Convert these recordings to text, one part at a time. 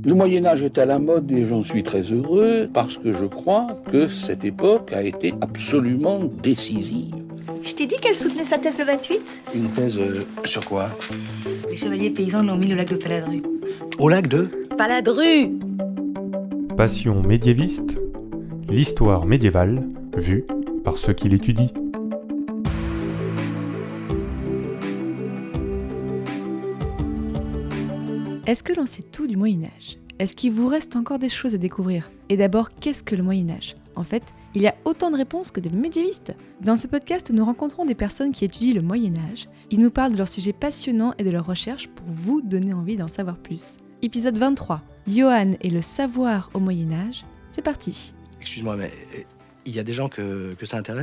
Le Moyen-Âge est à la mode et j'en suis très heureux parce que je crois que cette époque a été absolument décisive. Je t'ai dit qu'elle soutenait sa thèse le 28 ? Une thèse sur quoi ? Les chevaliers paysans l'ont mis au lac de Paladru. Au lac de Paladru ! Passion médiéviste, l'histoire médiévale vue par ceux qui l'étudient. Est-ce que l'on sait tout du Moyen-Âge ? Est-ce qu'il vous reste encore des choses à découvrir ? Et d'abord, qu'est-ce que le Moyen-Âge ? En fait, il y a autant de réponses que de médiévistes. Dans ce podcast, nous rencontrons des personnes qui étudient le Moyen-Âge. Ils nous parlent de leurs sujets passionnants et de leurs recherches pour vous donner envie d'en savoir plus. Épisode 23, Johan et le savoir au Moyen-Âge. C'est parti. Excuse-moi, mais il y a des gens que ça intéresse ?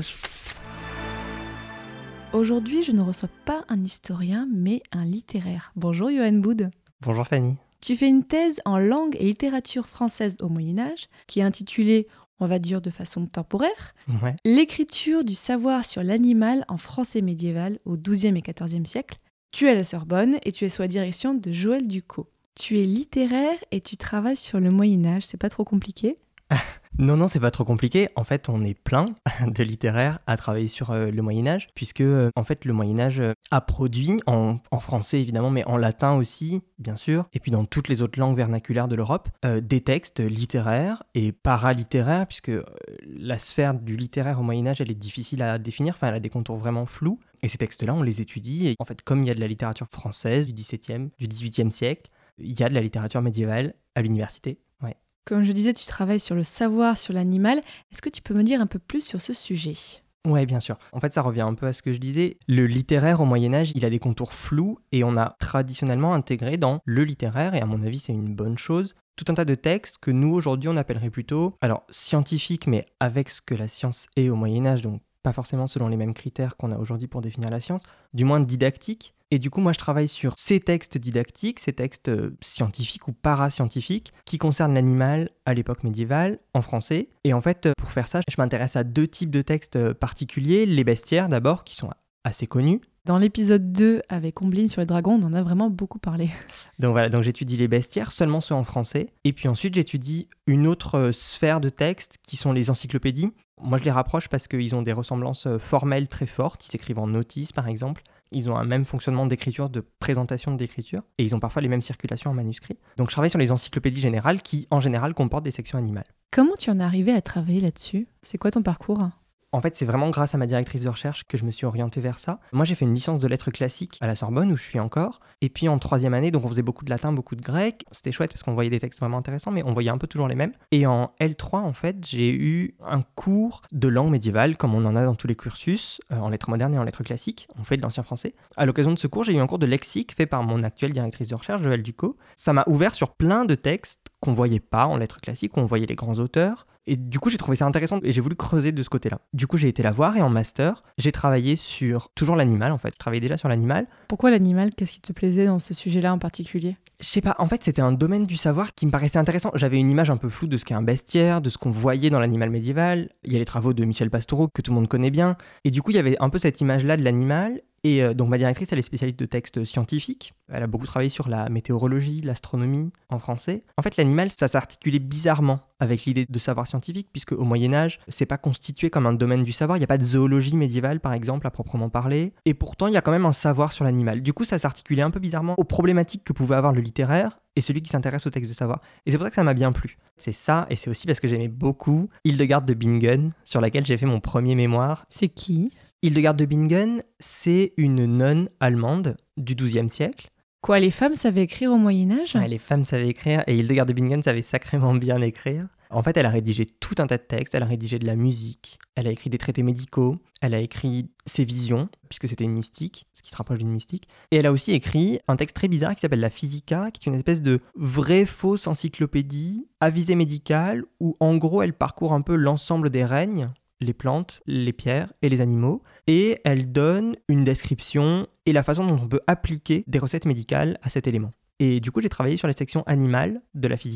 Aujourd'hui, je ne reçois pas un historien, mais un littéraire. Bonjour Johan Boud. Bonjour Fanny. Tu fais une thèse en langue et littérature française au Moyen-Âge, qui est intitulée, on va dire de façon temporaire, L'écriture du savoir sur l'animal en français médiéval au XIIe et XIVe siècle. Tu es à la Sorbonne et tu es sous la direction de Joël Ducos. Tu es littéraire et tu travailles sur le Moyen-Âge, c'est pas trop compliqué ? Non, c'est pas trop compliqué. En fait, on est plein de littéraires à travailler sur le Moyen-Âge, puisque en fait, le Moyen-Âge a produit, en français évidemment, mais en latin aussi, bien sûr, et puis dans toutes les autres langues vernaculaires de l'Europe, des textes littéraires et paralittéraires, puisque la sphère du littéraire au Moyen-Âge, elle est difficile à définir, enfin, elle a des contours vraiment flous. Et ces textes-là, on les étudie. Et en fait, comme il y a de la littérature française du XVIIe, du XVIIIe siècle, il y a de la littérature médiévale à l'université. Ouais. Comme je disais, tu travailles sur le savoir sur l'animal. Est-ce que tu peux me dire un peu plus sur ce sujet ? Ouais, bien sûr. En fait, ça revient un peu à ce que je disais. Le littéraire au Moyen-Âge, il a des contours flous et on a traditionnellement intégré dans le littéraire, et à mon avis, c'est une bonne chose, tout un tas de textes que nous, aujourd'hui, on appellerait plutôt, alors, scientifiques, mais avec ce que la science est au Moyen-Âge, donc pas forcément selon les mêmes critères qu'on a aujourd'hui pour définir la science, du moins didactiques. Et du coup, moi, je travaille sur ces textes didactiques, ces textes scientifiques ou parascientifiques qui concernent l'animal à l'époque médiévale, en français. Et en fait, pour faire ça, je m'intéresse à deux types de textes particuliers. Les bestiaires, d'abord, qui sont assez connus. Dans l'épisode 2, avec Combline sur les dragons, on en a vraiment beaucoup parlé. Donc voilà, donc j'étudie les bestiaires, seulement ceux en français. Et puis ensuite, j'étudie une autre sphère de textes qui sont les encyclopédies. Moi, je les rapproche parce qu'ils ont des ressemblances formelles très fortes. Ils s'écrivent en notice, par exemple. Ils ont un même fonctionnement d'écriture, de présentation d'écriture. Et ils ont parfois les mêmes circulations en manuscrit. Donc, je travaille sur les encyclopédies générales qui, en général, comportent des sections animales. Comment tu en es arrivé à travailler là-dessus ? C'est quoi ton parcours ? En fait, c'est vraiment grâce à ma directrice de recherche que je me suis orienté vers ça. Moi, j'ai fait une licence de lettres classiques à la Sorbonne, où je suis encore. Et puis, en troisième année, donc on faisait beaucoup de latin, beaucoup de grec. C'était chouette parce qu'on voyait des textes vraiment intéressants, mais on voyait un peu toujours les mêmes. Et en L3, en fait, j'ai eu un cours de langue médiévale, comme on en a dans tous les cursus, en lettres modernes et en lettres classiques. On fait de l'ancien français. À l'occasion de ce cours, j'ai eu un cours de lexique fait par mon actuelle directrice de recherche, Joël Ducos. Ça m'a ouvert sur plein de textes qu'on voyait pas en lettres classiques, où on voyait les grands auteurs. Et du coup, j'ai trouvé ça intéressant et j'ai voulu creuser de ce côté-là. Du coup, j'ai été la voir et en master, j'ai travaillé sur toujours l'animal en fait. Je travaillais déjà sur l'animal. Pourquoi l'animal ? Qu'est-ce qui te plaisait dans ce sujet-là en particulier ? Je sais pas, en fait, c'était un domaine du savoir qui me paraissait intéressant. J'avais une image un peu floue de ce qu'est un bestiaire, de ce qu'on voyait dans l'animal médiéval. Il y a les travaux de Michel Pastoureau que tout le monde connaît bien. Et du coup, il y avait un peu cette image-là de l'animal. Et donc ma directrice, elle est spécialiste de textes scientifiques. Elle a beaucoup travaillé sur la météorologie, l'astronomie en français. En fait, l'animal, ça s'articulait bizarrement avec l'idée de savoir scientifique, puisque au Moyen-Âge, c'est pas constitué comme un domaine du savoir. Il n'y a pas de zoologie médiévale, par exemple, à proprement parler. Et pourtant, il y a quand même un savoir sur l'animal. Du coup, ça s'articulait un peu bizarrement aux problématiques que pouvait avoir le littéraire et celui qui s'intéresse aux textes de savoir. Et c'est pour ça que ça m'a bien plu. C'est ça, et c'est aussi parce que j'aimais beaucoup Hildegarde de Bingen, sur laquelle j'ai fait mon premier mémoire. C'est qui ? Hildegarde de Bingen, c'est une nonne allemande du XIIe siècle. Quoi, les femmes savaient écrire au Moyen-Âge ? Ouais, les femmes savaient écrire, et Hildegarde de Bingen savait sacrément bien écrire. En fait, elle a rédigé tout un tas de textes, elle a rédigé de la musique, elle a écrit des traités médicaux, elle a écrit ses visions, puisque c'était une mystique, ce qui se rapproche d'une mystique, et elle a aussi écrit un texte très bizarre qui s'appelle la Physica, qui est une espèce de vraie-fausse encyclopédie à visée médicale, où en gros, elle parcourt un peu l'ensemble des règnes, les plantes, les pierres et les animaux, et elle donne une description et la façon dont on peut appliquer des recettes médicales à cet élément. Et du coup, j'ai travaillé sur les sections animales de la Physica,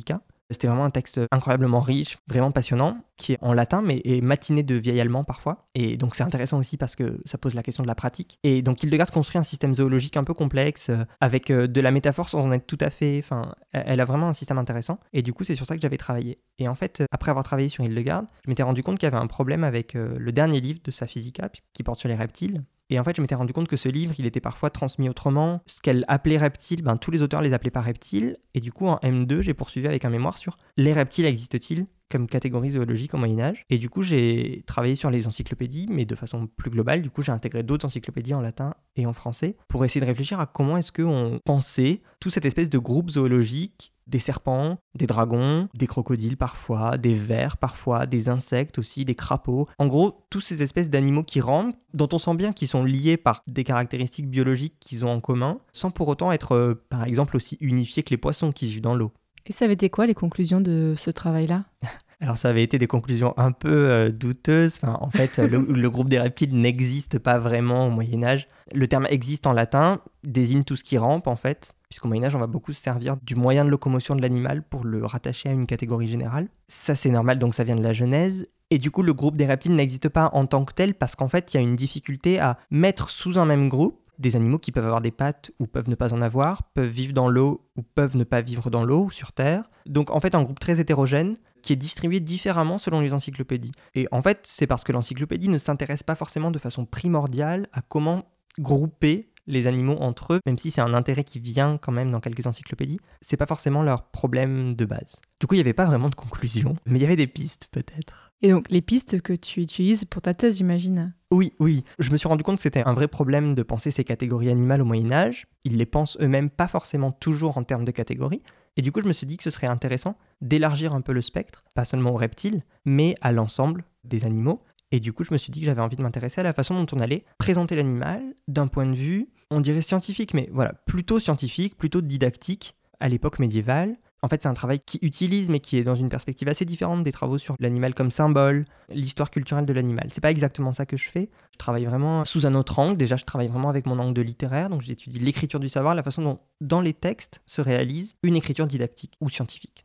C'était vraiment un texte incroyablement riche, vraiment passionnant, qui est en latin, mais est matiné de vieil allemand parfois. Et donc c'est intéressant aussi parce que ça pose la question de la pratique. Et donc Hildegard construit un système zoologique un peu complexe, avec de la métaphore sans en être tout à fait... Enfin, elle a vraiment un système intéressant. Et du coup, c'est sur ça que j'avais travaillé. Et en fait, après avoir travaillé sur Hildegard, je m'étais rendu compte qu'il y avait un problème avec le dernier livre de sa Physica, qui porte sur les reptiles. Et en fait, je m'étais rendu compte que ce livre, il était parfois transmis autrement. Ce qu'elle appelait reptiles, tous les auteurs les appelaient pas reptiles. Et du coup, en M2, j'ai poursuivi avec un mémoire sur les reptiles existent-ils comme catégorie zoologique au Moyen-Âge. Et du coup, j'ai travaillé sur les encyclopédies, mais de façon plus globale. Du coup, j'ai intégré d'autres encyclopédies en latin et en français pour essayer de réfléchir à comment est-ce qu'on pensait toute cette espèce de groupe zoologique, des serpents, des dragons, des crocodiles parfois, des vers parfois, des insectes aussi, des crapauds. En gros, toutes ces espèces d'animaux qui rampent, dont on sent bien qu'ils sont liés par des caractéristiques biologiques qu'ils ont en commun, sans pour autant être, par exemple, aussi unifiés que les poissons qui vivent dans l'eau. Et ça avait été quoi les conclusions de ce travail-là ? Alors ça avait été des conclusions un peu douteuses. En fait, le groupe des reptiles n'existe pas vraiment au Moyen-Âge. Le terme existe en latin, désigne tout ce qui rampe en fait, puisqu'au Moyen-Âge, on va beaucoup se servir du moyen de locomotion de l'animal pour le rattacher à une catégorie générale. Ça, c'est normal, donc ça vient de la Genèse. Et du coup, le groupe des reptiles n'existe pas en tant que tel parce qu'en fait, il y a une difficulté à mettre sous un même groupe des animaux qui peuvent avoir des pattes ou peuvent ne pas en avoir, peuvent vivre dans l'eau ou peuvent ne pas vivre dans l'eau ou sur Terre. Donc en fait, un groupe très hétérogène qui est distribué différemment selon les encyclopédies. Et en fait, c'est parce que l'encyclopédie ne s'intéresse pas forcément de façon primordiale à comment grouper les animaux entre eux, même si c'est un intérêt qui vient quand même dans quelques encyclopédies, c'est pas forcément leur problème de base. Du coup, il n'y avait pas vraiment de conclusion, mais il y avait des pistes peut-être. Et donc, les pistes que tu utilises pour ta thèse, j'imagine ? Oui. Je me suis rendu compte que c'était un vrai problème de penser ces catégories animales au Moyen-Âge. Ils les pensent eux-mêmes pas forcément toujours en termes de catégories. Et du coup, je me suis dit que ce serait intéressant d'élargir un peu le spectre, pas seulement aux reptiles, mais à l'ensemble des animaux. Et du coup, je me suis dit que j'avais envie de m'intéresser à la façon dont on allait présenter l'animal d'un point de vue, on dirait scientifique, mais voilà, plutôt scientifique, plutôt didactique à l'époque médiévale. En fait, c'est un travail qui utilise, mais qui est dans une perspective assez différente des travaux sur l'animal comme symbole, l'histoire culturelle de l'animal. C'est pas exactement ça que je fais. Je travaille vraiment sous un autre angle. Déjà, je travaille vraiment avec mon angle de littéraire, donc j'étudie l'écriture du savoir, la façon dont, dans les textes, se réalise une écriture didactique ou scientifique.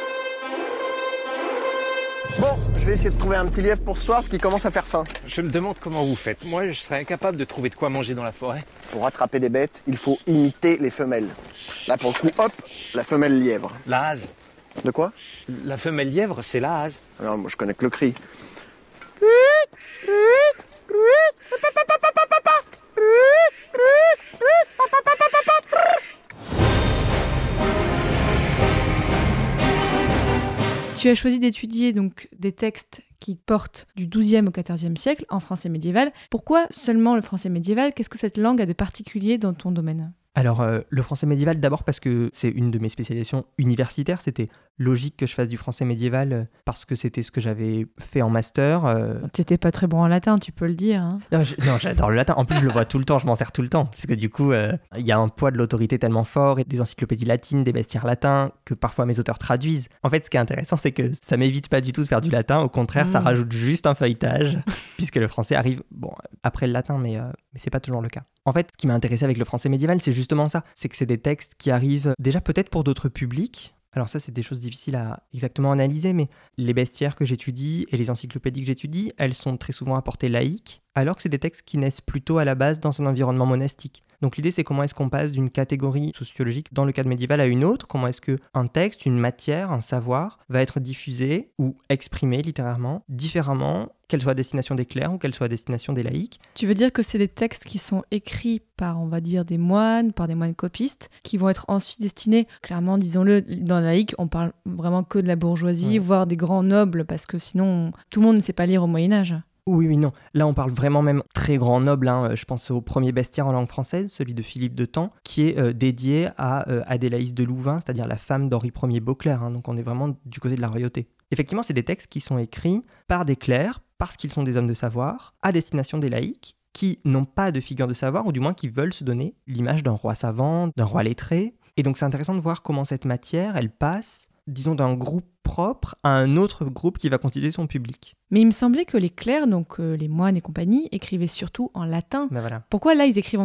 Bon, je vais essayer de trouver un petit lièvre pour ce soir parce qu'il commence à faire faim. Je me demande comment vous faites. Moi, je serais incapable de trouver de quoi manger dans la forêt. Pour attraper des bêtes, il faut imiter les femelles. Là, pour le coup, hop, la femelle lièvre. La hase. De quoi ? La femelle lièvre, c'est la hase. Alors, moi, je connais que le cri. Tu as choisi d'étudier donc des textes qui portent du XIIe au XIVe siècle en français médiéval. Pourquoi seulement le français médiéval ? Qu'est-ce que cette langue a de particulier dans ton domaine ? Alors, le français médiéval, d'abord parce que c'est une de mes spécialisations universitaires. C'était logique que je fasse du français médiéval parce que c'était ce que j'avais fait en master. Tu n'étais pas très bon en latin, tu peux le dire. Hein. Non, j'adore le latin. En plus, je le vois tout le temps, je m'en sers tout le temps. Parce que du coup, il y a un poids de l'autorité tellement fort et des encyclopédies latines, des bestiaires latins que parfois mes auteurs traduisent. En fait, ce qui est intéressant, c'est que ça m'évite pas du tout de faire du latin. Au contraire, ça rajoute juste un feuilletage puisque le français arrive après le latin, mais c'est pas toujours le cas. En fait, ce qui m'a intéressé avec le français médiéval, c'est justement ça. C'est que c'est des textes qui arrivent déjà peut-être pour d'autres publics. Alors ça, c'est des choses difficiles à exactement analyser, mais les bestiaires que j'étudie et les encyclopédies que j'étudie, elles sont très souvent à portée laïque, alors que c'est des textes qui naissent plutôt à la base dans un environnement monastique. Donc l'idée, c'est comment est-ce qu'on passe d'une catégorie sociologique dans le cadre médiéval à une autre, comment est-ce qu'un texte, une matière, un savoir va être diffusé ou exprimé littérairement différemment, qu'elle soit à destination des clercs ou qu'elle soit à destination des laïcs. Tu veux dire que c'est des textes qui sont écrits par, on va dire, des moines, par des moines copistes, qui vont être ensuite destinés, clairement, disons-le, dans la laïque, on parle vraiment que de la bourgeoisie, voire des grands nobles, parce que sinon, tout le monde ne sait pas lire au Moyen-Âge. Oui, non. Là, on parle vraiment même très grand noble. Je pense au premier bestiaire en langue française, celui de Philippe de Tancq, qui est dédié à Adélaïs de Louvain, c'est-à-dire la femme d'Henri Ier Beauclerc. Donc on est vraiment du côté de la royauté. Effectivement, c'est des textes qui sont écrits par des clercs, parce qu'ils sont des hommes de savoir, à destination des laïcs, qui n'ont pas de figure de savoir, ou du moins qui veulent se donner l'image d'un roi savant, d'un roi lettré. Et donc c'est intéressant de voir comment cette matière, elle passe, disons, d'un groupe propre à un autre groupe qui va constituer son public. Mais il me semblait que les clercs, donc les moines et compagnie, écrivaient surtout en latin. Ben voilà. Pourquoi là, ils écrivent en français ?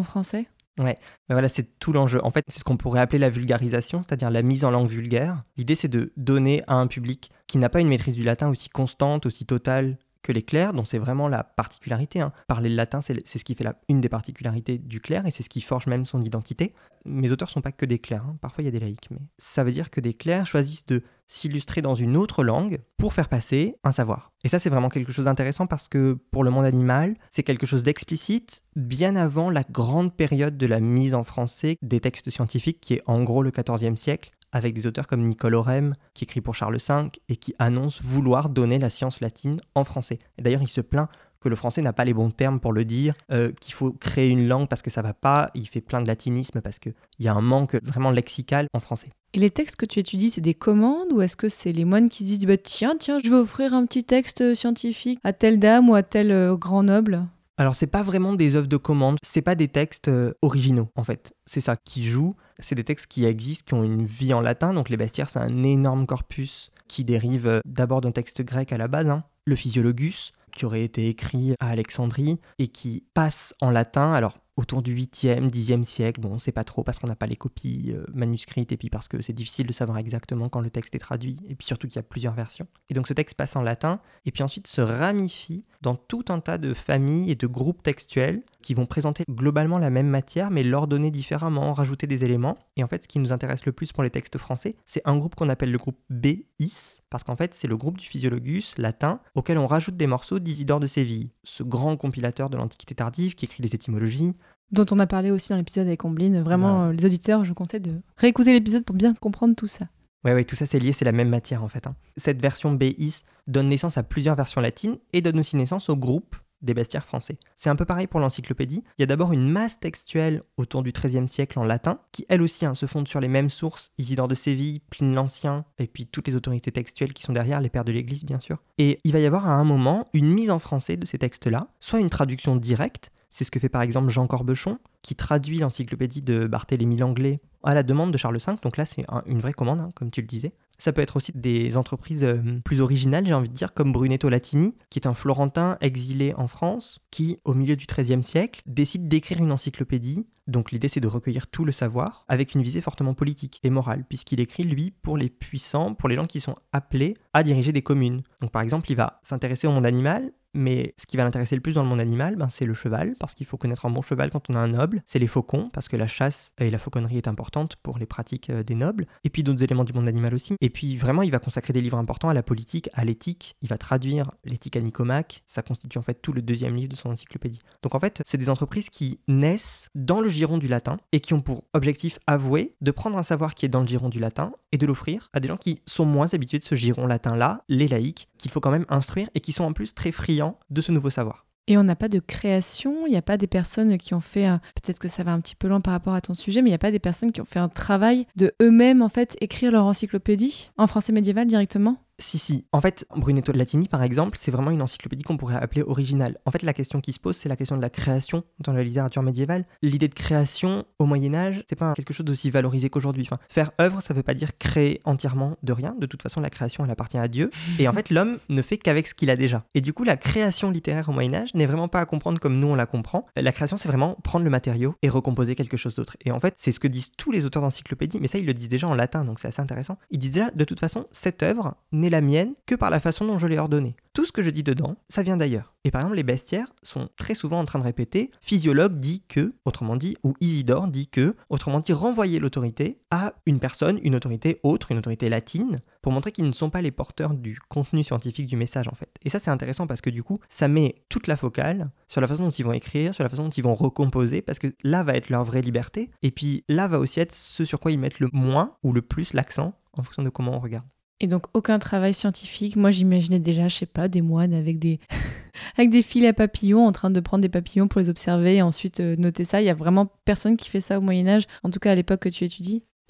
Ouais, mais voilà, c'est tout l'enjeu. En fait, c'est ce qu'on pourrait appeler la vulgarisation, c'est-à-dire la mise en langue vulgaire. L'idée, c'est de donner à un public qui n'a pas une maîtrise du latin aussi constante, aussi totale que les clercs, dont c'est vraiment la particularité. Parler le latin, c'est ce qui fait une des particularités du clerc, et c'est ce qui forge même son identité. Mes auteurs ne sont pas que des clercs, parfois il y a des laïcs, mais ça veut dire que des clercs choisissent de s'illustrer dans une autre langue pour faire passer un savoir. Et ça, c'est vraiment quelque chose d'intéressant parce que pour le monde animal, c'est quelque chose d'explicite bien avant la grande période de la mise en français des textes scientifiques, qui est en gros le XIVe siècle, avec des auteurs comme Nicole Orem, qui écrit pour Charles V et qui annonce vouloir donner la science latine en français. Et d'ailleurs, il se plaint que le français n'a pas les bons termes pour le dire, qu'il faut créer une langue parce que ça va pas, il fait plein de latinisme parce qu'il y a un manque vraiment lexical en français. Et les textes que tu étudies, c'est des commandes ou est-ce que c'est les moines qui se disent tiens, je vais offrir un petit texte scientifique à telle dame ou à tel grand noble ? Alors, c'est pas vraiment des œuvres de commande, c'est pas des textes originaux, en fait. C'est ça qui joue, c'est des textes qui existent, qui ont une vie en latin. Donc, les Bestiaires, c'est un énorme corpus qui dérive d'abord d'un texte grec à la base, le Physiologus, qui aurait été écrit à Alexandrie et qui passe en latin, alors autour du 8e, 10e siècle. Bon, on ne sait pas trop parce qu'on n'a pas les copies manuscrites et puis parce que c'est difficile de savoir exactement quand le texte est traduit et puis surtout qu'il y a plusieurs versions. Et donc ce texte passe en latin et puis ensuite se ramifie dans tout un tas de familles et de groupes textuels qui vont présenter globalement la même matière mais l'ordonner différemment, rajouter des éléments. Et en fait, ce qui nous intéresse le plus pour les textes français, c'est un groupe qu'on appelle le groupe BIS, parce qu'en fait, c'est le groupe du Physiologus latin auquel on rajoute des morceaux d'Isidore de Séville, ce grand compilateur de l'Antiquité tardive qui écrit les étymologies. Dont on a parlé aussi dans l'épisode avec Ombline. Vraiment, les auditeurs, je vous conseille de réécouter l'épisode pour bien comprendre tout ça. Ouais, tout ça c'est lié, c'est la même matière en fait. Cette version BIS donne naissance à plusieurs versions latines et donne aussi naissance au groupe des Bestiaires français. C'est un peu pareil pour l'encyclopédie. Il y a d'abord une masse textuelle autour du XIIIe siècle en latin, qui elle aussi se fonde sur les mêmes sources, Isidore de Séville, Pline l'Ancien, et puis toutes les autorités textuelles qui sont derrière, les pères de l'Église bien sûr. Et il va y avoir à un moment une mise en français de ces textes-là, soit une traduction directe, c'est ce que fait par exemple Jean Corbechon, qui traduit l'encyclopédie de Barthélemy Langlais à la demande de Charles V, donc là c'est une vraie commande, comme tu le disais. Ça peut être aussi des entreprises plus originales, j'ai envie de dire, comme Brunetto Latini, qui est un Florentin exilé en France, qui, au milieu du XIIIe siècle, décide d'écrire une encyclopédie. Donc l'idée, c'est de recueillir tout le savoir, avec une visée fortement politique et morale, puisqu'il écrit, lui, pour les puissants, pour les gens qui sont appelés à diriger des communes. Donc par exemple, il va s'intéresser au monde animal, mais ce qui va l'intéresser le plus dans le monde animal, c'est le cheval, parce qu'il faut connaître un bon cheval quand on a un noble. C'est les faucons, parce que la chasse et la fauconnerie est importante pour les pratiques des nobles. Et puis d'autres éléments du monde animal aussi. Et puis vraiment, il va consacrer des livres importants à la politique, à l'éthique. Il va traduire l'éthique à Nicomaque. Ça constitue en fait tout le deuxième livre de son encyclopédie. Donc en fait, c'est des entreprises qui naissent dans le giron du latin et qui ont pour objectif avoué de prendre un savoir qui est dans le giron du latin et de l'offrir à des gens qui sont moins habitués de ce giron latin-là, les laïcs, qu'il faut quand même instruire et qui sont en plus très friands de ce nouveau savoir. Et on n'a pas de création, il n'y a pas des personnes qui ont fait, peut-être que ça va un petit peu loin par rapport à ton sujet, mais il n'y a pas des personnes qui ont fait un travail de eux-mêmes en fait écrire leur encyclopédie en français médiéval directement ? Si. En fait, Brunetto Latini, par exemple, c'est vraiment une encyclopédie qu'on pourrait appeler originale. En fait, la question qui se pose, c'est la question de la création dans la littérature médiévale. L'idée de création, au Moyen-Âge, c'est pas quelque chose d'aussi valorisé qu'aujourd'hui. Enfin, faire œuvre, ça veut pas dire créer entièrement de rien. De toute façon, la création, elle appartient à Dieu. Et en fait, l'homme ne fait qu'avec ce qu'il a déjà. Et du coup, la création littéraire au Moyen-Âge n'est vraiment pas à comprendre comme nous, on la comprend. La création, c'est vraiment prendre le matériau et recomposer quelque chose d'autre. Et en fait, c'est ce que disent tous les auteurs d'encyclopédie, mais ça, ils le disent déjà en latin, donc c'est assez intéressant. Ils disent déjà, de toute façon, cette œuvre n'est la mienne que par la façon dont je l'ai ordonnée. Tout ce que je dis dedans, ça vient d'ailleurs. Et par exemple, les Bestiaires sont très souvent en train de répéter « Physiologue dit que », autrement dit, ou Isidore dit que, autrement dit, renvoyer l'autorité à une personne, une autorité autre, une autorité latine, pour montrer qu'ils ne sont pas les porteurs du contenu scientifique du message en fait. Et ça, c'est intéressant parce que du coup, ça met toute la focale sur la façon dont ils vont écrire, sur la façon dont ils vont recomposer, parce que là va être leur vraie liberté, et puis là va aussi être ce sur quoi ils mettent le moins ou le plus l'accent en fonction de comment on regarde. Et donc aucun travail scientifique. Moi j'imaginais déjà, je sais pas, des moines avec des avec des fils à papillons en train de prendre des papillons pour les observer et ensuite noter ça. Il y a vraiment personne qui fait ça au Moyen-Âge, en tout cas à l'époque que tu étudies.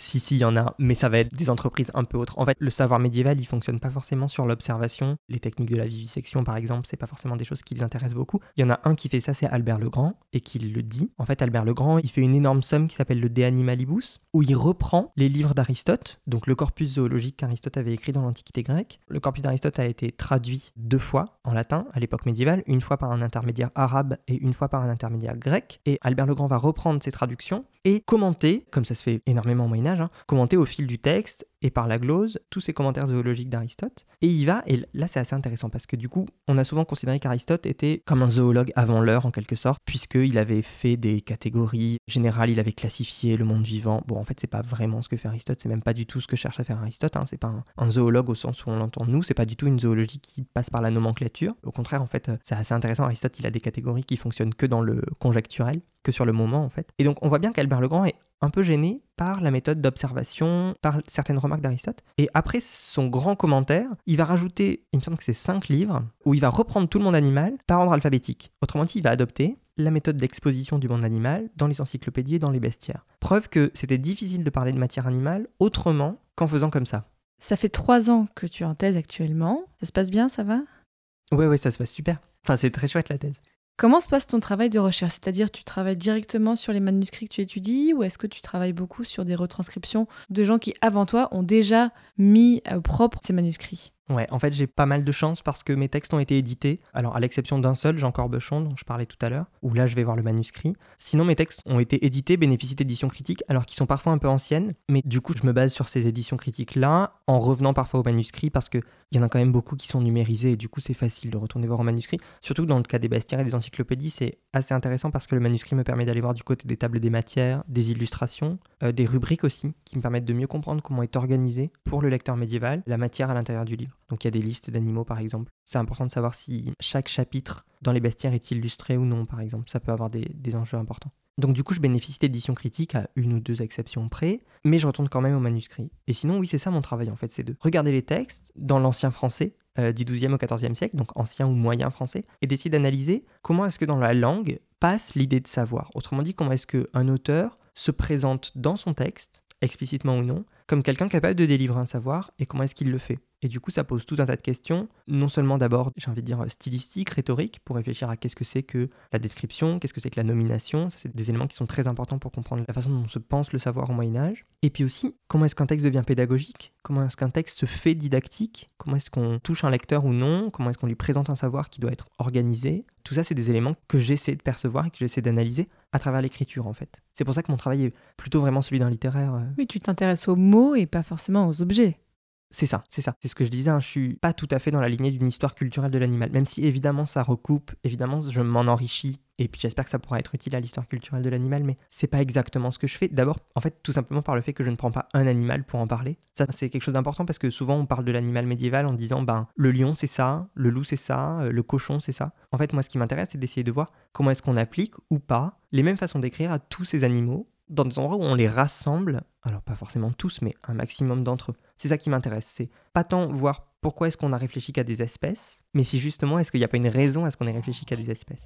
Si, il y en a, mais ça va être des entreprises un peu autres. En fait, le savoir médiéval, il fonctionne pas forcément sur l'observation. Les techniques de la vivisection, par exemple, c'est pas forcément des choses qui les intéressent beaucoup. Il y en a un qui fait ça, c'est Albert le Grand, et qui le dit. En fait, Albert le Grand, il fait une énorme somme qui s'appelle le De Animalibus, où il reprend les livres d'Aristote, donc le corpus zoologique qu'Aristote avait écrit dans l'Antiquité grecque. Le corpus d'Aristote a été traduit 2 fois en latin à l'époque médiévale, une fois par un intermédiaire arabe et une fois par un intermédiaire grec. Et Albert le Grand va reprendre ces traductions et commenter, comme ça se fait énormément au Moyen-Âge, commenter au fil du texte et par la glose tous ces commentaires zoologiques d'Aristote. Et il va, et là c'est assez intéressant parce que du coup, on a souvent considéré qu'Aristote était comme un zoologue avant l'heure en quelque sorte, puisqu'il avait fait des catégories générales, il avait classifié le monde vivant. Bon, en fait, c'est pas vraiment ce que fait Aristote, c'est même pas du tout ce que cherche à faire Aristote, c'est pas un zoologue au sens où on l'entend nous, c'est pas du tout une zoologie qui passe par la nomenclature. Au contraire, en fait, c'est assez intéressant. Aristote, il a des catégories qui fonctionnent que dans le conjecturel, que sur le moment en fait. Et donc on voit bien qu'Albert le Grand est un peu gêné par la méthode d'observation, par certaines remarques d'Aristote. Et après son grand commentaire, il va rajouter, il me semble que c'est 5 livres, où il va reprendre tout le monde animal par ordre alphabétique. Autrement dit, il va adopter la méthode d'exposition du monde animal dans les encyclopédies et dans les bestiaires. Preuve que c'était difficile de parler de matière animale autrement qu'en faisant comme ça. Ça fait 3 ans que tu es en thèse actuellement. Ça se passe bien, ça va ? Ouais, ça se passe super. Enfin, c'est très chouette la thèse. Comment se passe ton travail de recherche ? C'est-à-dire, tu travailles directement sur les manuscrits que tu étudies ou est-ce que tu travailles beaucoup sur des retranscriptions de gens qui, avant toi, ont déjà mis au propre ces manuscrits ? Ouais, en fait, j'ai pas mal de chance parce que mes textes ont été édités. Alors, à l'exception d'un seul, Jean Corbeschon, dont je parlais tout à l'heure, où là, je vais voir le manuscrit. Sinon, mes textes ont été édités, bénéficient d'éditions critiques, alors qu'ils sont parfois un peu anciennes. Mais du coup, je me base sur ces éditions critiques-là, en revenant parfois au manuscrit, parce qu'il y en a quand même beaucoup qui sont numérisés, et du coup, c'est facile de retourner voir au manuscrit. Surtout que dans le cas des bestiaires et des encyclopédies, c'est assez intéressant parce que le manuscrit me permet d'aller voir du côté des tables des matières, des illustrations, des rubriques aussi, qui me permettent de mieux comprendre comment est organisée, pour le lecteur médiéval, la matière à l'intérieur du livre. Donc il y a des listes d'animaux par exemple. C'est important de savoir si chaque chapitre dans les bestiaires est illustré ou non par exemple. Ça peut avoir des enjeux importants. Donc du coup je bénéficie d'éditions critiques à 1 ou 2 exceptions près, mais je retourne quand même au manuscrit. Et sinon oui c'est ça mon travail en fait, c'est de regarder les textes dans l'ancien français, du XIIe au XIVe siècle, donc ancien ou moyen français, et d'essayer d'analyser comment est-ce que dans la langue passe l'idée de savoir. Autrement dit, comment est-ce qu'un auteur se présente dans son texte, explicitement ou non, comme quelqu'un capable de délivrer un savoir, et comment est-ce qu'il le fait. Et du coup, ça pose tout un tas de questions, non seulement d'abord, j'ai envie de dire, stylistique, rhétorique, pour réfléchir à qu'est-ce que c'est que la description, qu'est-ce que c'est que la nomination, ça c'est des éléments qui sont très importants pour comprendre la façon dont on se pense le savoir au Moyen-Âge. Et puis aussi, comment est-ce qu'un texte devient pédagogique ? Comment est-ce qu'un texte se fait didactique ? Comment est-ce qu'on touche un lecteur ou non ? Comment est-ce qu'on lui présente un savoir qui doit être organisé ? Tout ça, c'est des éléments que j'essaie de percevoir et que j'essaie d'analyser à travers l'écriture, en fait. C'est pour ça que mon travail est plutôt vraiment celui d'un littéraire. Oui, tu t'intéresses aux mots et pas forcément aux objets. C'est ça. C'est ce que je disais, je suis pas tout à fait dans la lignée d'une histoire culturelle de l'animal, même si évidemment ça recoupe, évidemment je m'en enrichis, et puis j'espère que ça pourra être utile à l'histoire culturelle de l'animal, mais c'est pas exactement ce que je fais. D'abord, en fait, tout simplement par le fait que je ne prends pas un animal pour en parler. Ça, c'est quelque chose d'important parce que souvent on parle de l'animal médiéval en disant, le lion c'est ça, le loup c'est ça, le cochon c'est ça. En fait, moi ce qui m'intéresse, c'est d'essayer de voir comment est-ce qu'on applique ou pas les mêmes façons d'écrire à tous ces animaux, dans des endroits où on les rassemble, alors pas forcément tous, mais un maximum d'entre eux. C'est ça qui m'intéresse, c'est pas tant voir pourquoi est-ce qu'on a réfléchi qu'à des espèces, mais si justement est-ce qu'il n'y a pas une raison à ce qu'on ait réfléchi qu'à des espèces.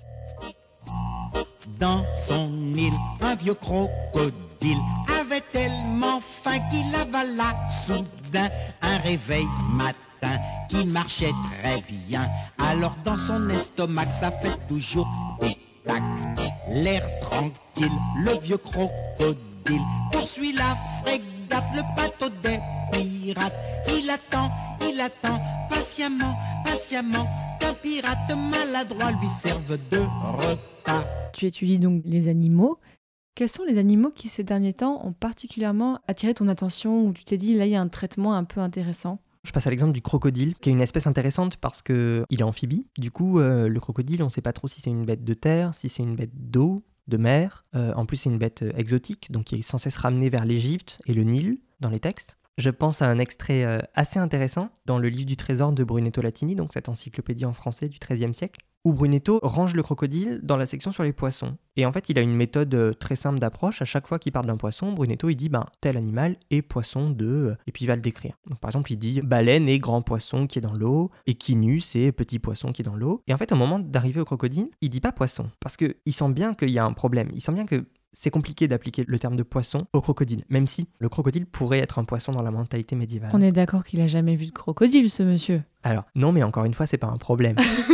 Dans son île, un vieux crocodile avait tellement faim qu'il avala soudain un réveil matin qui marchait très bien. Alors dans son estomac, ça fait toujours tic-tac. L'air tranquille, le vieux crocodile poursuit la frégate, le bateau des pirates. Il attend patiemment qu'un pirate maladroit lui serve de repas. Tu étudies donc les animaux. Quels sont les animaux qui ces derniers temps ont particulièrement attiré ton attention, où tu t'es dit là il y a un traitement un peu intéressant ? Je passe à l'exemple du crocodile, qui est une espèce intéressante parce qu'il est amphibie. Du coup, le crocodile, on ne sait pas trop si c'est une bête de terre, si c'est une bête d'eau, de mer. En plus, c'est une bête exotique, donc qui est sans cesse ramenée vers l'Égypte et le Nil dans les textes. Je pense à un extrait assez intéressant dans le livre du trésor de Brunetto Latini, donc cette encyclopédie en français du XIIIe siècle, où Brunetto range le crocodile dans la section sur les poissons. Et en fait, il a une méthode très simple d'approche. À chaque fois qu'il parle d'un poisson, Brunetto, il dit tel animal est poisson de... Et puis il va le décrire. Donc par exemple, il dit baleine est grand poisson qui est dans l'eau, équinus est petit poisson qui est dans l'eau. Et en fait, au moment d'arriver au crocodile, il dit pas poisson, parce qu'il sent bien qu'il y a un problème. Il sent bien que c'est compliqué d'appliquer le terme de poisson au crocodile, même si le crocodile pourrait être un poisson dans la mentalité médiévale. On est d'accord qu'il a jamais vu de crocodile, ce monsieur. Alors, non, mais encore une fois, c'est pas un problème.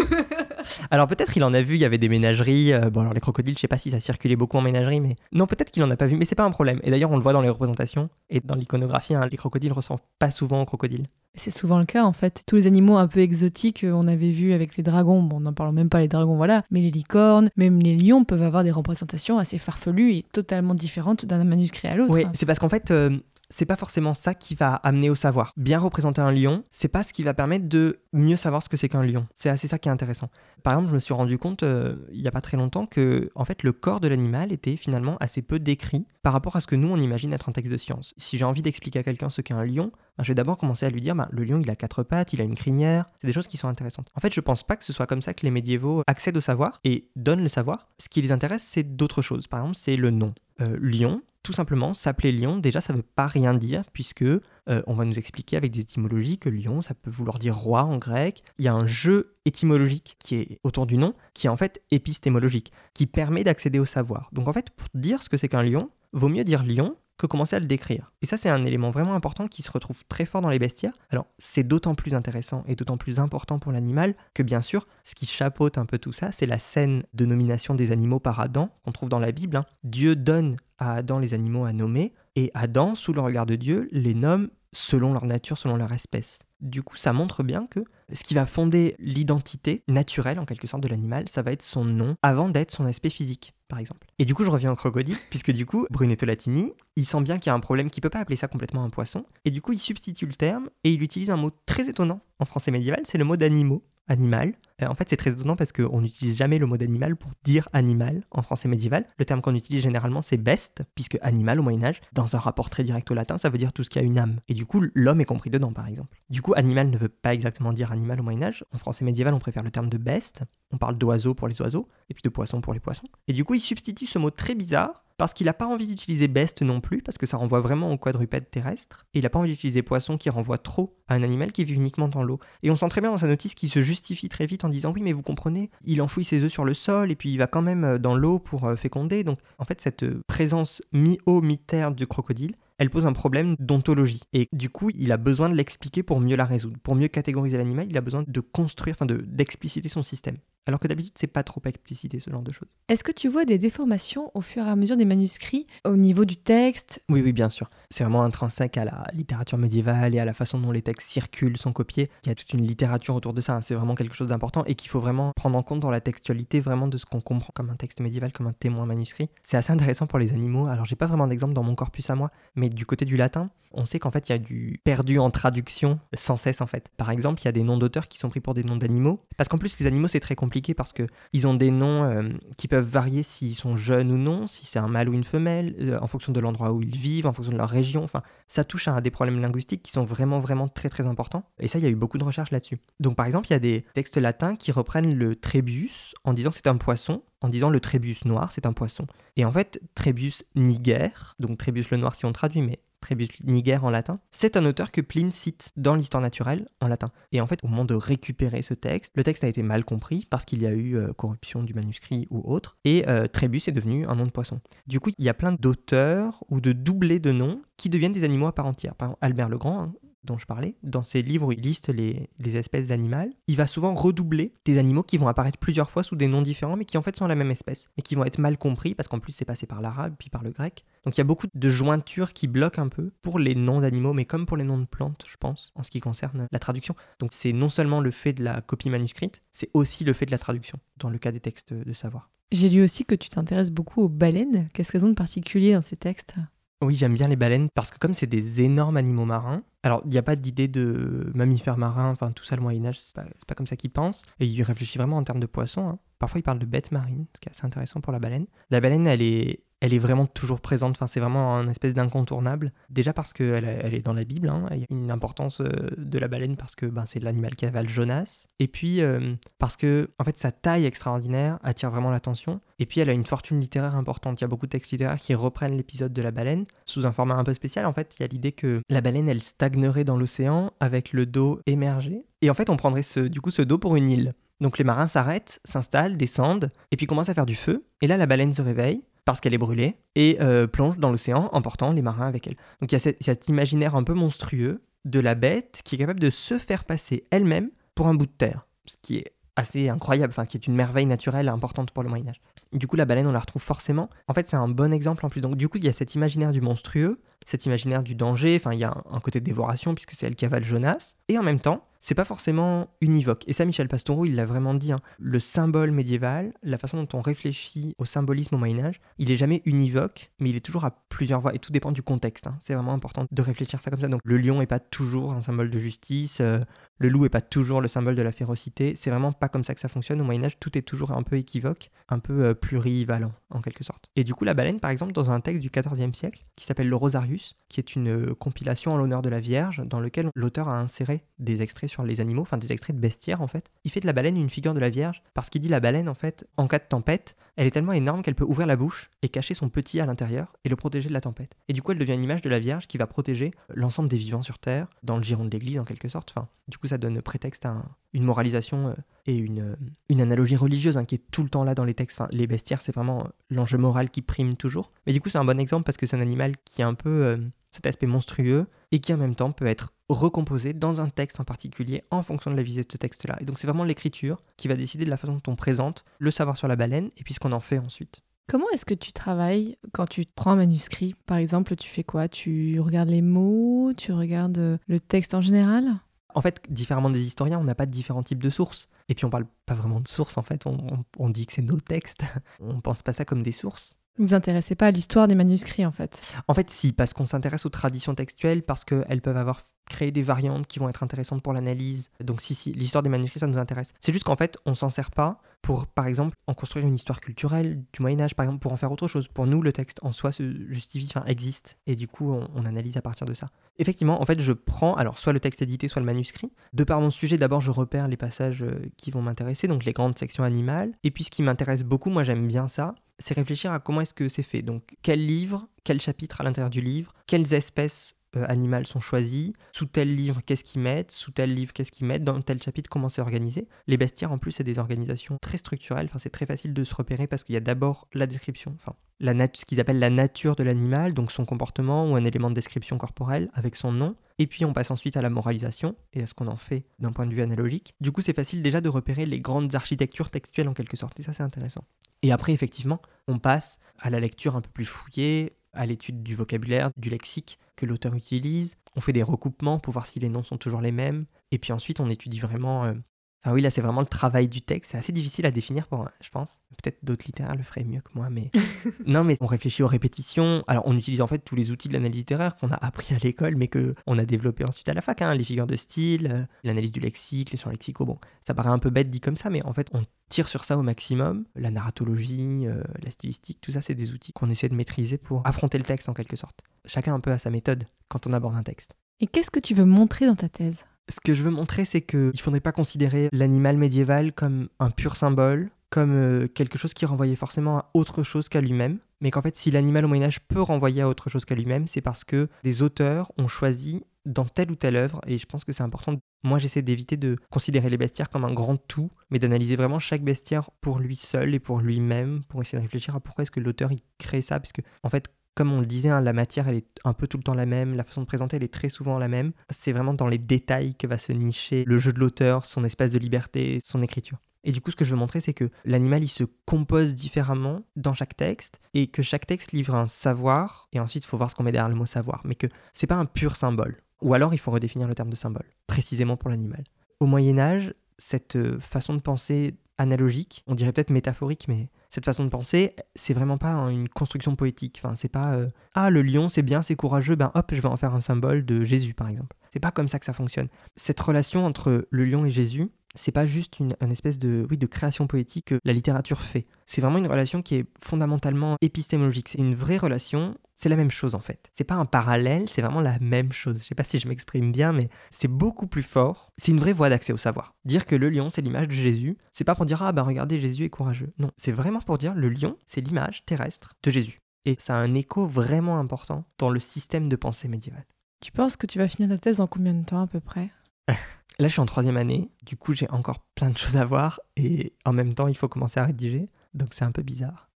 Alors peut-être il en a vu, il y avait des ménageries. Bon alors les crocodiles, je sais pas si ça circulait beaucoup en ménagerie, mais non, peut-être qu'il en a pas vu, mais c'est pas un problème. Et d'ailleurs on le voit dans les représentations et dans l'iconographie, les crocodiles ressemblent pas souvent aux crocodiles. C'est souvent le cas en fait. Tous les animaux un peu exotiques, on avait vu avec les dragons, bon on n'en parle même pas les dragons, voilà, mais les licornes, même les lions peuvent avoir des représentations assez farfelues et totalement différentes d'un manuscrit à l'autre. Oui, c'est parce qu'en fait... c'est pas forcément ça qui va amener au savoir. Bien représenter un lion, c'est pas ce qui va permettre de mieux savoir ce que c'est qu'un lion. C'est assez ça qui est intéressant. Par exemple, je me suis rendu compte il y a pas très longtemps que en fait, le corps de l'animal était finalement assez peu décrit par rapport à ce que nous on imagine être un texte de science. Si j'ai envie d'expliquer à quelqu'un ce qu'est un lion, je vais d'abord commencer à lui dire le lion il a 4 pattes, il a une crinière, c'est des choses qui sont intéressantes. En fait, je pense pas que ce soit comme ça que les médiévaux accèdent au savoir et donnent le savoir. Ce qui les intéresse, c'est d'autres choses. Par exemple, c'est le nom. Lion, tout simplement, s'appeler lion, déjà ça veut pas rien dire puisque on va nous expliquer avec des étymologies que lion, ça peut vouloir dire roi en grec. Il y a un jeu étymologique qui est autour du nom, qui est en fait épistémologique, qui permet d'accéder au savoir. Donc en fait, pour dire ce que c'est qu'un lion, vaut mieux dire lion que commencer à le décrire. Et ça, c'est un élément vraiment important qui se retrouve très fort dans les bestiaires. Alors, c'est d'autant plus intéressant et d'autant plus important pour l'animal que, bien sûr, ce qui chapeaute un peu tout ça, c'est la scène de nomination des animaux par Adam, qu'on trouve dans la Bible. Dieu donne à Adam les animaux à nommer, et Adam, sous le regard de Dieu, les nomme selon leur nature, selon leur espèce. Du coup, ça montre bien que ce qui va fonder l'identité naturelle, en quelque sorte, de l'animal, ça va être son nom, avant d'être son aspect physique, par exemple. Et du coup, je reviens au crocodile, puisque du coup, Brunetto Latini, il sent bien qu'il y a un problème, qu'il ne peut pas appeler ça complètement un poisson, et du coup, il substitue le terme, et il utilise un mot très étonnant en français médiéval, c'est le mot d'animaux, animal. En fait, c'est très étonnant parce qu'on n'utilise jamais le mot d'animal pour dire animal en français médiéval. Le terme qu'on utilise généralement, c'est beste, puisque animal au Moyen-Âge, dans un rapport très direct au latin, ça veut dire tout ce qui a une âme. Et du coup, l'homme est compris dedans, par exemple. Du coup, animal ne veut pas exactement dire animal au Moyen-Âge. En français médiéval, on préfère le terme de beste. On parle d'oiseau pour les oiseaux, et puis de poisson pour les poissons. Et du coup, il substitue ce mot très bizarre, parce qu'il n'a pas envie d'utiliser beste non plus, parce que ça renvoie vraiment au quadrupède terrestre, et il n'a pas envie d'utiliser poisson qui renvoie trop à un animal qui vit uniquement dans l'eau. Et on sent très bien dans sa notice qu'il se justifie très vite en disant « oui, mais vous comprenez, il enfouit ses œufs sur le sol, et puis il va quand même dans l'eau pour féconder. » Donc en fait, cette présence mi-eau, mi-terre du crocodile, elle pose un problème d'ontologie. Et du coup, il a besoin de l'expliquer pour mieux la résoudre. Pour mieux catégoriser l'animal, il a besoin de construire, d'expliciter son système. Alors que d'habitude, c'est pas trop explicité, ce genre de choses. Est-ce que tu vois des déformations au fur et à mesure des manuscrits, au niveau du texte ? Oui, bien sûr. C'est vraiment intrinsèque à la littérature médiévale et à la façon dont les textes circulent, sont copiés. Il y a toute une littérature autour de ça. C'est vraiment quelque chose d'important et qu'il faut vraiment prendre en compte dans la textualité vraiment de ce qu'on comprend comme un texte médiéval, comme un témoin manuscrit. C'est assez intéressant pour les animaux. Alors, j'ai pas vraiment d'exemple dans mon corpus à moi, mais du côté du latin, on sait qu'en fait, il y a du perdu en traduction sans cesse, en fait. Par exemple, il y a des noms d'auteurs qui sont pris pour des noms d'animaux. Parce qu'en plus, les animaux, c'est très compliqué parce qu'ils ont des noms qui peuvent varier s'ils sont jeunes ou non, si c'est un mâle ou une femelle, en fonction de l'endroit où ils vivent, en fonction de leur région. Enfin, ça touche à des problèmes linguistiques qui sont vraiment, vraiment très, très importants. Et ça, il y a eu beaucoup de recherches là-dessus. Donc, par exemple, il y a des textes latins qui reprennent le trébus en disant que c'est un poisson, en disant le trébus noir, c'est un poisson. Et en fait, trébus niger, donc trébus le noir si on traduit, mais trébus niger en latin, c'est un auteur que Pline cite dans l'histoire naturelle en latin. Et en fait, au moment de récupérer ce texte, le texte a été mal compris parce qu'il y a eu corruption du manuscrit ou autre, et trébus est devenu un nom de poisson. Du coup, il y a plein d'auteurs ou de doublés de noms qui deviennent des animaux à part entière. Par exemple, Albert le Grand, dont je parlais, dans ses livres où il liste les espèces d'animaux, il va souvent redoubler des animaux qui vont apparaître plusieurs fois sous des noms différents, mais qui en fait sont la même espèce, et qui vont être mal compris, parce qu'en plus c'est passé par l'arabe, puis par le grec. Donc il y a beaucoup de jointures qui bloquent un peu pour les noms d'animaux, mais comme pour les noms de plantes, je pense, en ce qui concerne la traduction. Donc c'est non seulement le fait de la copie manuscrite, c'est aussi le fait de la traduction, dans le cas des textes de savoir. J'ai lu aussi que tu t'intéresses beaucoup aux baleines. Qu'est-ce qu'elles ont de particulier dans ces textes ? Oui, j'aime bien les baleines parce que comme c'est des énormes animaux marins, alors il n'y a pas d'idée de mammifères marins, enfin tout ça le Moyen-Âge, c'est pas comme ça qu'ils pensent. Et il réfléchit vraiment en termes de poissons, hein. Parfois il parle de bêtes marines, ce qui est assez intéressant pour la baleine. La baleine, elle est vraiment toujours présente, enfin, c'est vraiment un espèce d'incontournable. Déjà parce qu'elle est dans la Bible, hein. Il y a une importance de la baleine parce que c'est l'animal qui avale Jonas. Et puis parce que en fait, sa taille extraordinaire attire vraiment l'attention. Et puis elle a une fortune littéraire importante. Il y a beaucoup de textes littéraires qui reprennent l'épisode de la baleine sous un format un peu spécial. En fait, il y a l'idée que la baleine, elle stagnerait dans l'océan avec le dos émergé. Et en fait, on prendrait ce dos pour une île. Donc les marins s'arrêtent, s'installent, descendent, et puis commencent à faire du feu. Et là, la baleine se réveille, parce qu'elle est brûlée, et plonge dans l'océan, emportant les marins avec elle. Donc il y a cet imaginaire un peu monstrueux de la bête qui est capable de se faire passer elle-même pour un bout de terre, ce qui est assez incroyable, qui est une merveille naturelle importante pour le Moyen-Âge. Du coup, la baleine, on la retrouve forcément. En fait, c'est un bon exemple en plus. Donc du coup, il y a cet imaginaire du monstrueux, cet imaginaire du danger, il y a un côté de dévoration puisque c'est elle qui avale Jonas, et en même temps, c'est pas forcément univoque. Et ça, Michel Pastoureau, il l'a vraiment dit, le symbole médiéval, la façon dont on réfléchit au symbolisme au Moyen-Âge, il est jamais univoque, mais il est toujours à plusieurs voix, et tout dépend du contexte. C'est vraiment important de réfléchir ça comme ça. Donc le lion est pas toujours un symbole de justice, le loup est pas toujours le symbole de la férocité, c'est vraiment pas comme ça que ça fonctionne. Au Moyen-Âge, tout est toujours un peu équivoque, un peu plurivalent, en quelque sorte. Et du coup, la baleine, par exemple, dans un texte du XIVe siècle, qui s'appelle le Rosarius, qui est une compilation en l'honneur de la Vierge, dans lequel l'auteur a inséré des extraits sur les animaux, des extraits de bestiaires en fait. Il fait de la baleine une figure de la Vierge parce qu'il dit la baleine en fait, en cas de tempête, elle est tellement énorme qu'elle peut ouvrir la bouche et cacher son petit à l'intérieur et le protéger de la tempête. Et du coup, elle devient une image de la Vierge qui va protéger l'ensemble des vivants sur Terre, dans le giron de l'Église en quelque sorte. Du coup, ça donne prétexte à une moralisation et une analogie religieuse qui est tout le temps là dans les textes. Les bestiaires, c'est vraiment l'enjeu moral qui prime toujours. Mais du coup, c'est un bon exemple parce que c'est un animal qui a un peu cet aspect monstrueux et qui en même temps peut être recomposé dans un texte en particulier en fonction de la visée de ce texte-là. Et donc c'est vraiment l'écriture qui va décider de la façon dont on présente le savoir sur la baleine et puis ce qu'on en fait ensuite. Comment est-ce que tu travailles quand tu prends un manuscrit ? Par exemple, tu fais quoi ? Tu regardes les mots ? Tu regardes le texte en général ? En fait, différemment des historiens, on n'a pas de différents types de sources. Et puis on parle pas vraiment de sources en fait, on dit que c'est nos textes. On pense pas ça comme des sources. Vous vous intéressez pas à l'histoire des manuscrits en fait ? En fait, si, parce qu'on s'intéresse aux traditions textuelles, parce qu'elles peuvent avoir créé des variantes qui vont être intéressantes pour l'analyse. Donc si, l'histoire des manuscrits, ça nous intéresse. C'est juste qu'en fait, on s'en sert pas pour, par exemple, en construire une histoire culturelle du Moyen-Âge, par exemple, pour en faire autre chose. Pour nous, le texte en soi se justifie, existe. Et du coup, on analyse à partir de ça. Effectivement, en fait, je prends, alors soit le texte édité, soit le manuscrit. De par mon sujet, d'abord, je repère les passages qui vont m'intéresser, donc les grandes sections animales. Et puis, ce qui m'intéresse beaucoup, moi j'aime bien ça, c'est réfléchir à comment est-ce que c'est fait. Donc, quel livre, quel chapitre à l'intérieur du livre, quelles espèces animales sont choisies, sous tel livre, qu'est-ce qu'ils mettent, sous tel livre, qu'est-ce qu'ils mettent, dans tel chapitre, comment c'est organisé. Les bestiaires, en plus, c'est des organisations très structurelles, c'est très facile de se repérer parce qu'il y a d'abord la description, ce qu'ils appellent la nature de l'animal, donc son comportement ou un élément de description corporelle avec son nom. Et puis on passe ensuite à la moralisation et à ce qu'on en fait d'un point de vue analogique. Du coup, c'est facile déjà de repérer les grandes architectures textuelles en quelque sorte, et ça c'est intéressant. Et après, effectivement, on passe à la lecture un peu plus fouillée, à l'étude du vocabulaire, du lexique que l'auteur utilise. On fait des recoupements pour voir si les noms sont toujours les mêmes. Et puis ensuite, on étudie vraiment... Enfin oui, là, c'est vraiment le travail du texte. C'est assez difficile à définir pour moi, je pense. Peut-être d'autres littéraires le feraient mieux que moi, mais... Non, mais on réfléchit aux répétitions. Alors, on utilise en fait tous les outils de l'analyse littéraire qu'on a appris à l'école, mais qu'on a développé ensuite à la fac. Les figures de style, l'analyse du lexique, les champs lexicaux. Bon, ça paraît un peu bête dit comme ça, mais en fait, on tire sur ça au maximum. La narratologie, la stylistique, tout ça, c'est des outils qu'on essaie de maîtriser pour affronter le texte en quelque sorte. Chacun un peu a sa méthode quand on aborde un texte. Et qu'est-ce que tu veux montrer dans ta thèse ? Ce que je veux montrer, c'est qu'il ne faudrait pas considérer l'animal médiéval comme un pur symbole, comme quelque chose qui renvoyait forcément à autre chose qu'à lui-même, mais qu'en fait, si l'animal au Moyen-Âge peut renvoyer à autre chose qu'à lui-même, c'est parce que des auteurs ont choisi dans telle ou telle œuvre, et je pense que c'est important. Moi, j'essaie d'éviter de considérer les bestiaires comme un grand tout, mais d'analyser vraiment chaque bestiaire pour lui seul et pour lui-même, pour essayer de réfléchir à pourquoi est-ce que l'auteur il crée ça, parce que en fait, comme on le disait, la matière, elle est un peu tout le temps la même, la façon de présenter, elle est très souvent la même. C'est vraiment dans les détails que va se nicher le jeu de l'auteur, son espace de liberté, son écriture. Et du coup, ce que je veux montrer, c'est que l'animal, il se compose différemment dans chaque texte, et que chaque texte livre un savoir, et ensuite, il faut voir ce qu'on met derrière le mot savoir, mais que c'est pas un pur symbole. Ou alors, il faut redéfinir le terme de symbole, précisément pour l'animal. Au Moyen-Âge, cette façon de penser analogique, on dirait peut-être métaphorique, mais cette façon de penser, c'est vraiment pas une construction poétique. C'est pas le lion c'est bien, c'est courageux, hop, je vais en faire un symbole de Jésus par exemple. C'est pas comme ça que ça fonctionne. Cette relation entre le lion et Jésus, c'est pas juste une espèce de création poétique que la littérature fait. C'est vraiment une relation qui est fondamentalement épistémologique. C'est une vraie relation, c'est la même chose en fait. C'est pas un parallèle, c'est vraiment la même chose. Je sais pas si je m'exprime bien, mais c'est beaucoup plus fort. C'est une vraie voie d'accès au savoir. Dire que le lion, c'est l'image de Jésus, c'est pas pour dire regardez, Jésus est courageux. Non, c'est vraiment pour dire le lion, c'est l'image terrestre de Jésus. Et ça a un écho vraiment important dans le système de pensée médiéval. Tu penses que tu vas finir ta thèse en combien de temps à peu près ? Là, je suis en 3e année, du coup, j'ai encore plein de choses à voir et en même temps, il faut commencer à rédiger, donc c'est un peu bizarre.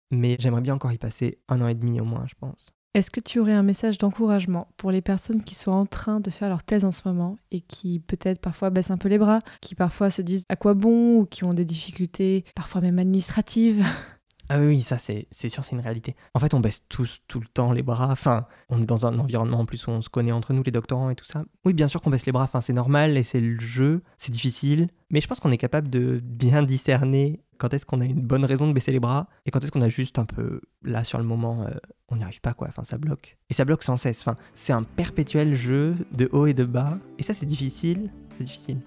mais j'aimerais bien encore y passer 1 an et demi au moins, je pense. Est-ce que tu aurais un message d'encouragement pour les personnes qui sont en train de faire leur thèse en ce moment et qui peut-être parfois baissent un peu les bras, qui parfois se disent à quoi bon ou qui ont des difficultés, parfois même administratives? Ah oui, ça c'est sûr, c'est une réalité. En fait, on baisse tous tout le temps les bras. Enfin, on est dans un environnement en plus où on se connaît entre nous, les doctorants et tout ça. Oui, bien sûr qu'on baisse les bras, enfin, c'est normal et c'est le jeu, c'est difficile. Mais je pense qu'on est capable de bien discerner quand est-ce qu'on a une bonne raison de baisser les bras et quand est-ce qu'on a juste un peu, là sur le moment, on n'y arrive pas quoi, enfin ça bloque. Et ça bloque sans cesse, enfin, c'est un perpétuel jeu de haut et de bas. Et ça c'est difficile, c'est difficile.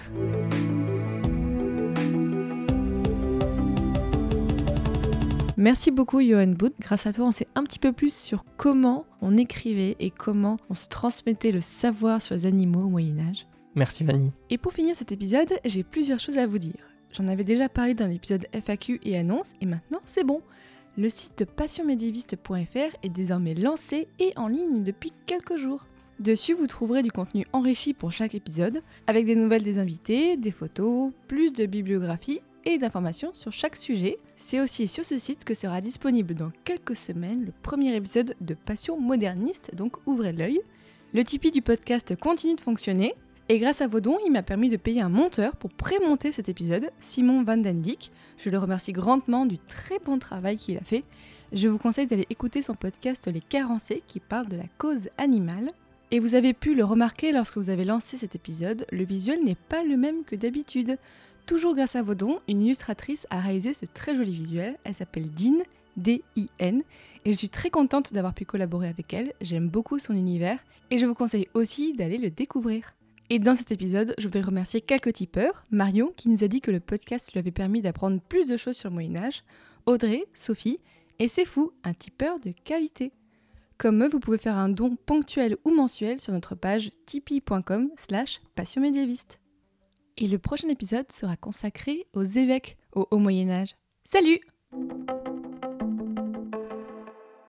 Merci beaucoup Johan Booth. Grâce à toi, on sait un petit peu plus sur comment on écrivait et comment on se transmettait le savoir sur les animaux au Moyen-Âge. Merci Vanny. Et pour finir cet épisode, j'ai plusieurs choses à vous dire. J'en avais déjà parlé dans l'épisode FAQ et annonces, et maintenant c'est bon. Le site de passionmédiéviste.fr est désormais lancé et en ligne depuis quelques jours. Dessus, vous trouverez du contenu enrichi pour chaque épisode, avec des nouvelles des invités, des photos, plus de bibliographie et d'informations sur chaque sujet. C'est aussi sur ce site que sera disponible dans quelques semaines le premier épisode de Passion moderniste, donc ouvrez l'œil. Le Tipeee du podcast continue de fonctionner, et grâce à vos dons, il m'a permis de payer un monteur pour pré-monter cet épisode, Simon Van Den Dyck. Je le remercie grandement du très bon travail qu'il a fait. Je vous conseille d'aller écouter son podcast Les Carencés, qui parle de la cause animale. Et vous avez pu le remarquer lorsque vous avez lancé cet épisode, le visuel n'est pas le même que d'habitude. Toujours grâce à vos dons, une illustratrice a réalisé ce très joli visuel. Elle s'appelle Din, D-I-N, et je suis très contente d'avoir pu collaborer avec elle. J'aime beaucoup son univers, et je vous conseille aussi d'aller le découvrir. Et dans cet épisode, je voudrais remercier quelques tipeurs. Marion, qui nous a dit que le podcast lui avait permis d'apprendre plus de choses sur le Moyen-Âge. Audrey, Sophie, et C'est Fou, un tipeur de qualité. Comme eux, vous pouvez faire un don ponctuel ou mensuel sur notre page tipeee.com/passionmédiéviste. Et le prochain épisode sera consacré aux évêques au Haut Moyen-Âge. Salut!